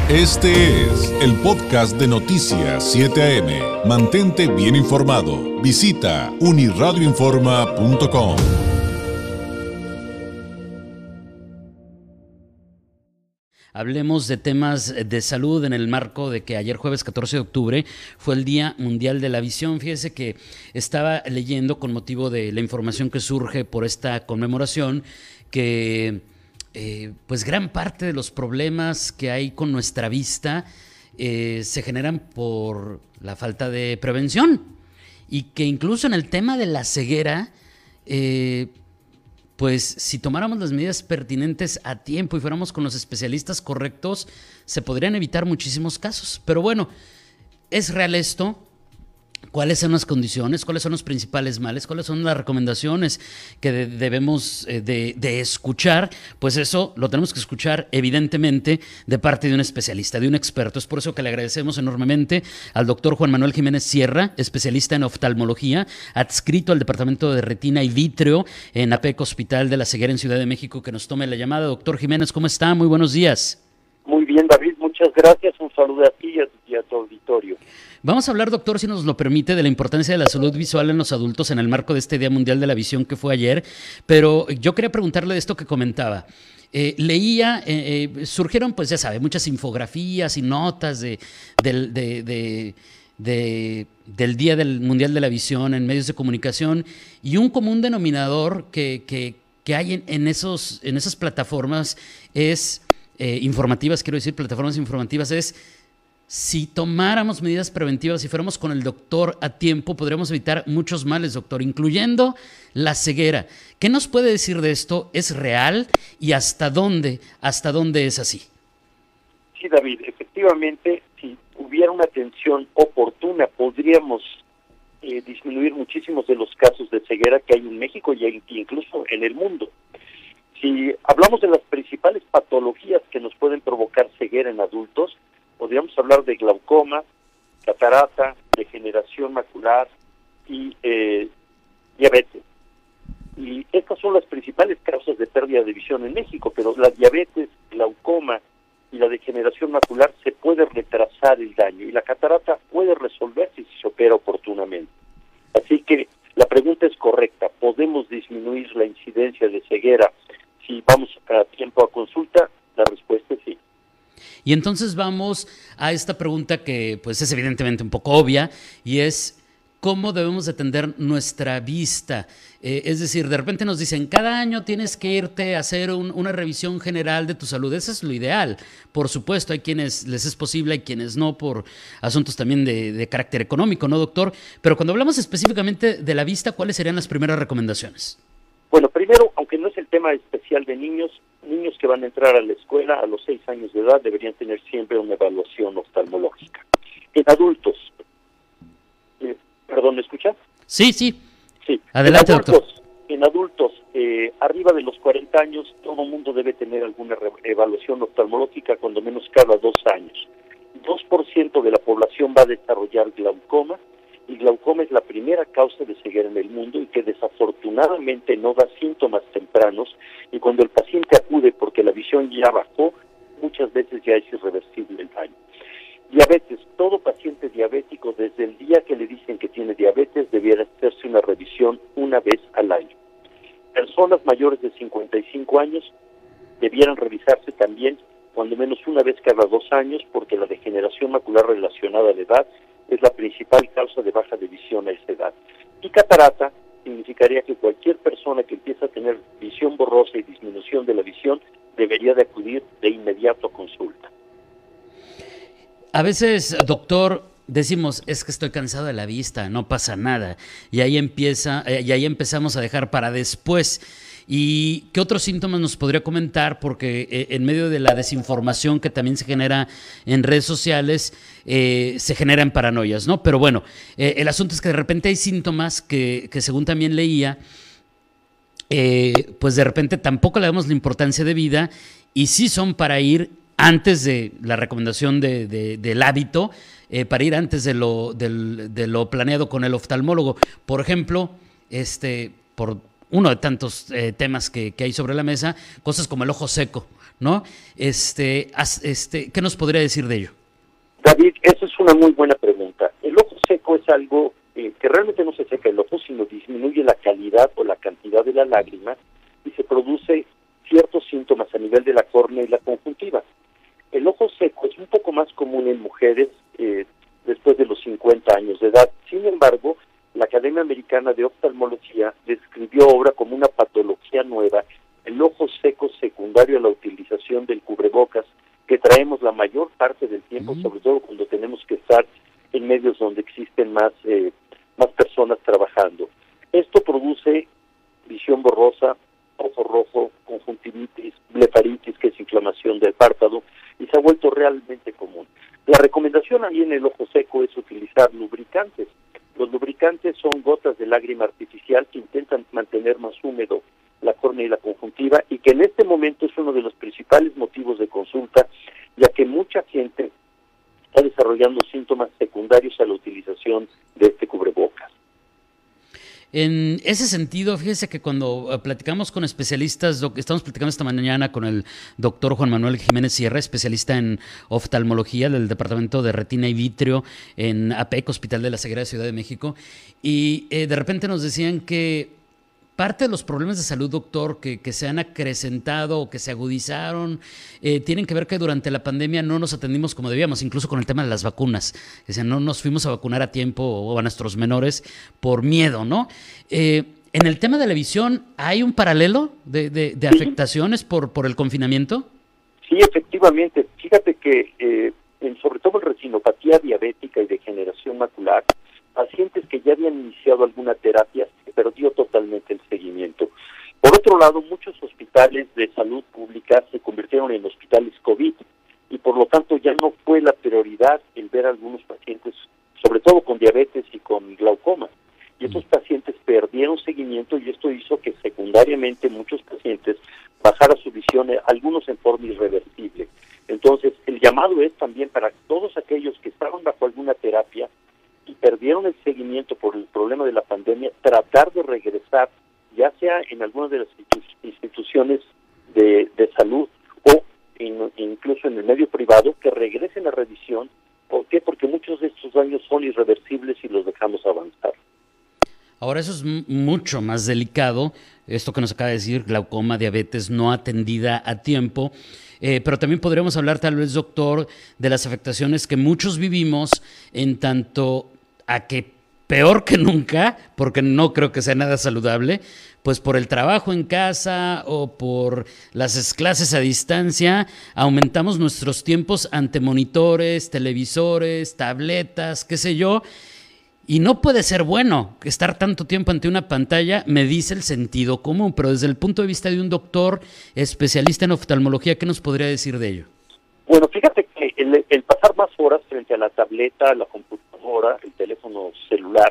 Este es el podcast de Noticias 7 AM. Mantente bien informado. Visita uniradioinforma.com. Hablemos de temas de salud en el marco de que ayer jueves 14 de octubre fue el Día Mundial de la Visión. Fíjese que estaba leyendo con motivo de la información que surge por esta conmemoración que pues gran parte de los problemas que hay con nuestra vista se generan por la falta de prevención y que incluso en el tema de la ceguera pues si tomáramos las medidas pertinentes a tiempo y fuéramos con los especialistas correctos, se podrían evitar muchísimos casos. Pero bueno, ¿es real esto? ¿Cuáles son las condiciones? ¿Cuáles son los principales males? ¿Cuáles son las recomendaciones que debemos de escuchar? Pues eso lo tenemos que escuchar evidentemente de parte de un especialista, de un experto. Es por eso que le agradecemos enormemente al doctor Juan Manuel Jiménez Sierra, especialista en oftalmología, adscrito al Departamento de Retina y Vítreo en APEC Hospital de la Ceguera en Ciudad de México, que nos tome la llamada. Doctor Jiménez, ¿cómo está? Muy buenos días. Muy bien, David, muchas gracias. Un saludo a ti y a tu auditorio. Vamos a hablar, doctor, si nos lo permite, de la importancia de la salud visual en los adultos en el marco de este Día Mundial de la Visión que fue ayer, pero yo quería preguntarle de esto que comentaba. Leía, surgieron, pues ya sabe, muchas infografías y notas del Día del Mundial de la Visión en medios de comunicación y un común denominador que hay en esas plataformas es informativas, quiero decir, plataformas informativas, es si tomáramos medidas preventivas, si fuéramos con el doctor a tiempo, podríamos evitar muchos males, doctor, incluyendo la ceguera. ¿Qué nos puede decir de esto? ¿Es real? ¿Y hasta dónde es así? Sí, David, efectivamente, si hubiera una atención oportuna, podríamos disminuir muchísimos de los casos de ceguera que hay en México y incluso en el mundo. Si hablamos de las principales patologías que nos pueden provocar ceguera en adultos, podríamos hablar de glaucoma, catarata, degeneración macular y diabetes. Y estas son las principales causas de pérdida de visión en México, pero la diabetes, glaucoma y la degeneración macular se puede retrasar el daño y la catarata puede resolverse si se opera oportunamente. Así que la pregunta es correcta, ¿podemos disminuir la incidencia de ceguera si vamos a tiempo a consulta? La respuesta es sí. Y entonces vamos a esta pregunta que pues es evidentemente un poco obvia y es ¿cómo debemos atender nuestra vista? Es decir, de repente nos dicen, cada año tienes que irte a hacer una revisión general de tu salud. Eso es lo ideal. Por supuesto, hay quienes les es posible, hay quienes no, por asuntos también de carácter económico, ¿no, doctor? Pero cuando hablamos específicamente de la vista, ¿cuáles serían las primeras recomendaciones? Bueno, primero, aunque no es el tema especial de niños que van a entrar a la escuela a los 6 años de edad deberían tener siempre una evaluación oftalmológica. En adultos, ¿me escuchas? Sí. Adelante, doctor. En adultos, arriba de los 40 años, todo mundo debe tener alguna evaluación oftalmológica, cuando menos cada 2 años. 2% de la población va a desarrollar glaucoma, y glaucoma es la primera causa de ceguera en el mundo y que desafortunadamente no da síntomas tempranos, y cuando el paciente acude porque la visión ya bajó, muchas veces ya es irreversible el daño. Diabetes, todo paciente diabético desde el día que le dicen que tiene diabetes debiera hacerse una revisión una vez al año. Personas mayores de 55 años debieran revisarse también cuando menos una vez cada 2 años, porque la degeneración macular relacionada a la edad es la principal causa de baja de visión a esa edad. Y catarata significaría que cualquier persona que empieza a tener visión borrosa y disminución de la visión debería de acudir de inmediato a consulta. A veces, doctor, decimos, es que estoy cansado de la vista, no pasa nada, y ahí empezamos a dejar para después. ¿Y qué otros síntomas nos podría comentar? Porque en medio de la desinformación que también se genera en redes sociales, se generan paranoias, ¿no? Pero bueno, el asunto es que de repente hay síntomas que según también leía, pues de repente tampoco le damos la importancia debida y sí son para ir antes de la recomendación del hábito, para ir antes de lo planeado con el oftalmólogo. Por ejemplo, por uno de tantos temas que hay sobre la mesa, cosas como el ojo seco, ¿no? ¿Qué nos podría decir de ello? David, esa es una muy buena pregunta. El ojo seco es algo que realmente no se seca el ojo, sino disminuye la calidad o la cantidad de la lágrima y se produce ciertos síntomas a nivel de la córnea y la conjuntiva. El ojo seco es un poco más común en mujeres después de los 50 años de edad. Sin embargo, la Academia Americana de Oftalmología describió ahora como una patología nueva el ojo seco secundario a la utilización del cubrebocas que traemos la mayor parte del tiempo, sobre todo cuando tenemos que estar en medios donde existen más personas trabajando. Esto produce visión borrosa, ojo rojo, conjuntivitis, blefaritis, que es inflamación del párpado, y se ha vuelto realmente común. La recomendación ahí en el ojo seco es utilizar lubricantes. Los lubricantes son gotas de lágrima artificial que intentan mantener más húmedo la córnea y la conjuntiva, y que en este momento es uno de los principales motivos de consulta, ya que mucha gente está desarrollando síntomas secundarios a la utilización de este cubrebocas. En ese sentido, fíjese que cuando platicamos con especialistas, estamos platicando esta mañana con el doctor Juan Manuel Jiménez Sierra, especialista en oftalmología del Departamento de Retina y Vítreo en APEC, Hospital de la Ceguera de Ciudad de México, y de repente nos decían que parte de los problemas de salud, doctor, que se han acrecentado o que se agudizaron, tienen que ver que durante la pandemia no nos atendimos como debíamos, incluso con el tema de las vacunas. O sea, no nos fuimos a vacunar a tiempo o a nuestros menores por miedo, ¿no? En el tema de la visión, ¿hay un paralelo de afectaciones por el confinamiento? Sí, efectivamente. Fíjate que sobre todo en retinopatía diabética y degeneración macular, pacientes que ya habían iniciado alguna terapia se perdió totalmente el seguimiento. Por otro lado, muchos hospitales de salud pública se convirtieron en hospitales COVID y por lo tanto ya no fue la prioridad el ver a algunos pacientes, sobre todo con diabetes y con glaucoma. Y estos pacientes perdieron seguimiento y esto hizo que secundariamente muchos pacientes bajara su visión, algunos en forma irreversible. Entonces, el llamado es también para todos aquellos que estaban bajo alguna terapia y perdieron el seguimiento por el problema de la pandemia, tratar de regresar, ya sea en alguna de las instituciones de salud o incluso en el medio privado, que regresen a revisión. ¿Por qué? Porque muchos de estos daños son irreversibles y los dejamos avanzar. Ahora, eso es mucho más delicado, esto que nos acaba de decir, glaucoma, diabetes no atendida a tiempo, pero también podríamos hablar tal vez, doctor, de las afectaciones que muchos vivimos en tanto a que peor que nunca, porque no creo que sea nada saludable, pues por el trabajo en casa o por las clases a distancia, aumentamos nuestros tiempos ante monitores, televisores, tabletas, qué sé yo, y no puede ser bueno estar tanto tiempo ante una pantalla, me dice el sentido común, pero desde el punto de vista de un doctor especialista en oftalmología, ¿qué nos podría decir de ello? Bueno, fíjate que el pasar más horas frente a la tableta, la computadora, el teléfono celular,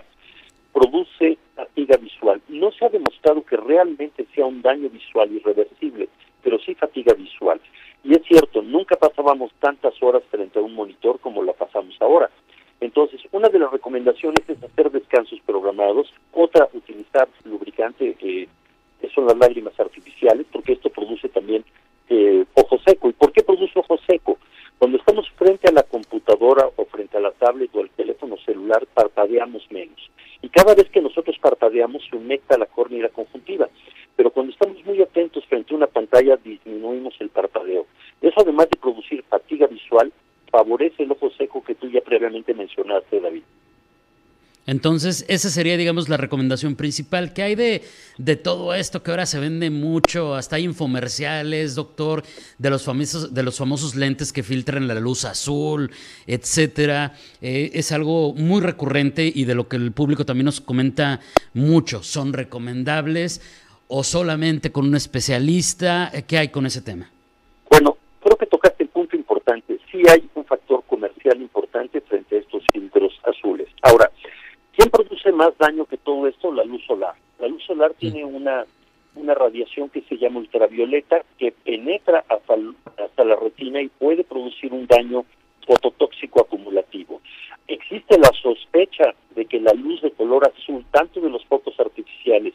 produce fatiga visual. No se ha demostrado que realmente sea un daño visual irreversible, pero sí fatiga visual. Y es cierto, nunca pasábamos tantas horas frente a un monitor como la pasamos ahora. Entonces, una de las recomendaciones es hacer descansos programados, otra, utilizar lubricante, que son las lágrimas artificiales, porque esto produce también ojo seco. ¿Y por qué produce ojo seco? Cuando estamos frente a la computadora o frente a la tablet o al teléfono celular, parpadeamos menos. Y cada vez que nosotros parpadeamos, se humecta la córnea y la conjuntiva. Pero cuando estamos muy atentos frente a una pantalla, disminuimos el parpadeo. Eso, además de producir fatiga visual, favorece el ojo seco que tú ya previamente mencionaste, David. Entonces, esa sería, digamos, la recomendación principal. ¿Qué hay de todo esto que ahora se vende mucho? Hasta hay infomerciales, doctor, de los famosos lentes que filtran la luz azul, etcétera. Es algo muy recurrente y de lo que el público también nos comenta mucho. ¿Son recomendables o solamente con un especialista? ¿Qué hay con ese tema? Bueno, creo que tocaste el punto importante. Sí hay un factor comercial importante frente a estos filtros azules. Ahora, ¿quién produce más daño que todo esto? La luz solar. La luz solar tiene una radiación que se llama ultravioleta, que penetra hasta la retina y puede producir un daño fototóxico acumulativo. Existe la sospecha de que la luz de color azul, tanto de los focos artificiales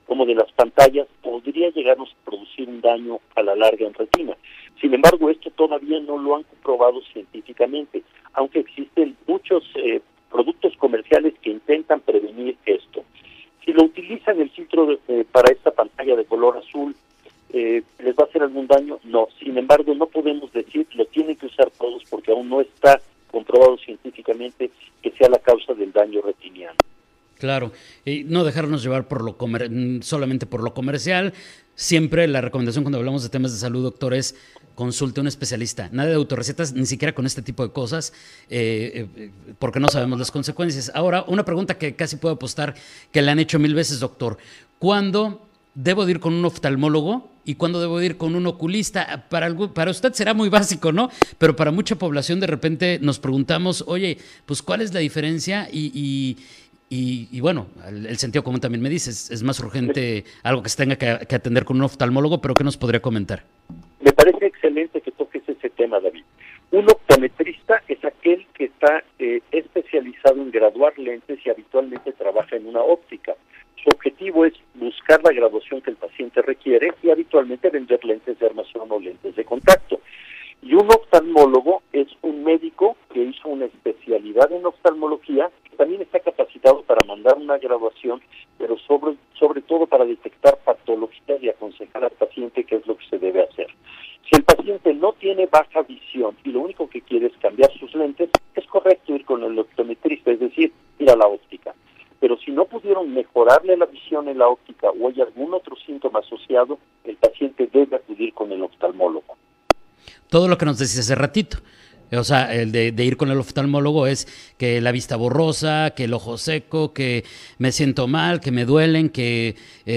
como de las pantallas podría llegarnos a producir un daño a la larga en retina. Sin embargo, esto todavía no lo han comprobado científicamente, aunque existen muchos productos comerciales que intentan prevenir esto. Si lo utilizan el filtro para esta pantalla de color azul, ¿les va a hacer algún daño? No. Sin embargo, no podemos decir lo tienen que usar todos porque aún no está comprobado científicamente que sea la causa del daño retiniano. Claro, y no dejarnos llevar por solamente por lo comercial. Siempre la recomendación cuando hablamos de temas de salud, doctor, es consulte a un especialista. Nada de autorrecetas, ni siquiera con este tipo de cosas, porque no sabemos las consecuencias. Ahora, una pregunta que casi puedo apostar que le han hecho 1000 veces, doctor. ¿Cuándo debo de ir con un oftalmólogo y cuándo debo de ir con un oculista? Para usted será muy básico, ¿no? Pero para mucha población de repente nos preguntamos, oye, pues ¿cuál es la diferencia? Y bueno, el sentido común también me dice, es más urgente algo que se tenga que atender con un oftalmólogo, pero ¿qué nos podría comentar? Me parece excelente que toques ese tema, David. Un optometrista es aquel que está especializado en graduar lentes y habitualmente trabaja en una óptica. Su objetivo es buscar la graduación que el paciente requiere y habitualmente vender lentes de armación o lentes de contacto. Y un oftalmólogo es un médico que hizo una especialidad en oftalmología, que también está capacitado para mandar una graduación, pero sobre todo para detectar patologías y aconsejar al paciente qué es lo que se debe hacer. Si el paciente no tiene baja visión y lo único que quiere es cambiar sus lentes, es correcto ir con el optometrista, es decir, ir a la óptica. Pero si no pudieron mejorarle la visión en la óptica o hay algún otro síntoma asociado, el paciente debe acudir con el oftalmólogo. Todo lo que nos decís hace ratito. O sea, el de ir con el oftalmólogo es que la vista borrosa, que el ojo seco, que me siento mal, que me duelen, que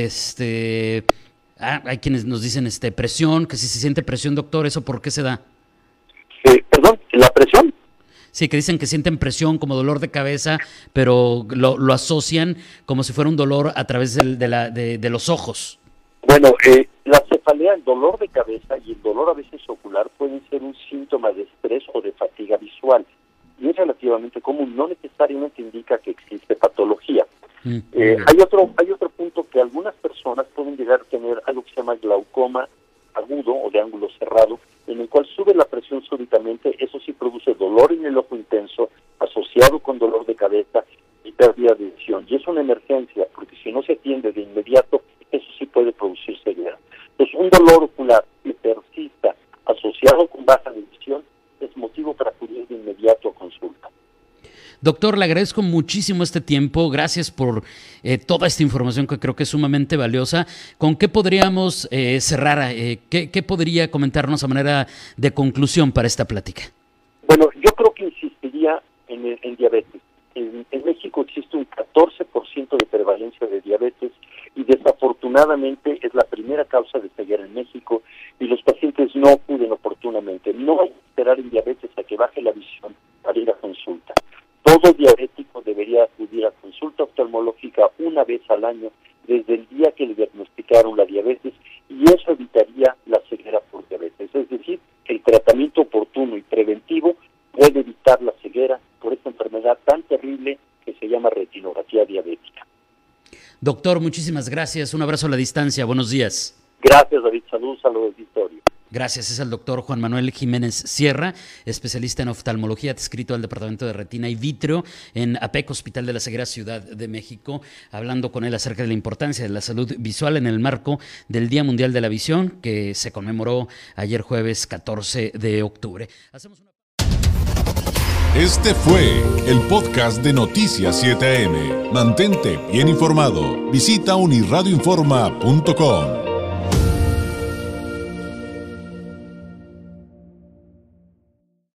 hay quienes nos dicen presión, que si se siente presión, doctor, ¿eso por qué se da? ¿Perdón? ¿La presión? Sí, que dicen que sienten presión como dolor de cabeza, pero lo asocian como si fuera un dolor a través de los ojos. Bueno, la cefalea, el dolor de cabeza y el dolor a veces ocular pueden ser un síntoma de estrés o de fatiga visual y es relativamente común, no necesariamente indica que existe patología. Hay otro punto que algunas personas pueden llegar a tener algo que se llama glaucoma agudo o de ángulo cerrado, en el cual sube la presión súbitamente, eso sí produce dolor en el ojo intenso, asociado con dolor de cabeza y pérdida de visión. Y es una emergencia, porque si no se atiende de inmediato, eso sí puede producir ceguera. Entonces, un dolor ocular que persista asociado con baja de visión es motivo para acudir de inmediato a consulta. Doctor, le agradezco muchísimo este tiempo. Gracias por toda esta información que creo que es sumamente valiosa. ¿Con qué podríamos cerrar? ¿Qué podría comentarnos a manera de conclusión para esta plática? Bueno, yo creo que insistiría en diabetes. En México existe un 14% de prevalencia de diabetes y desafortunadamente es la primera causa de ceguera en México y los pacientes no acuden oportunamente. No hay que esperar en diabetes a que baje la visión para ir a consulta. Todo diabético debería acudir a consulta oftalmológica una vez al año desde el día que le diagnosticaron la diabetes y eso evitaría la ceguera por diabetes. Es decir, el tratamiento oportuno y preventivo puede evitar la ceguera por esta enfermedad tan terrible que se llama retinopatía diabética. Doctor, muchísimas gracias. Un abrazo a la distancia. Buenos días. Gracias, David. Saludos a los auditorio. Gracias. Es el doctor Juan Manuel Jiménez Sierra, especialista en oftalmología, adscrito al Departamento de Retina y Vitrio en APEC, Hospital de la Ceguera, Ciudad de México, hablando con él acerca de la importancia de la salud visual en el marco del Día Mundial de la Visión, que se conmemoró ayer jueves 14 de octubre. Este fue el podcast de Noticias 7am. Mantente bien informado. Visita unirradioinforma.com.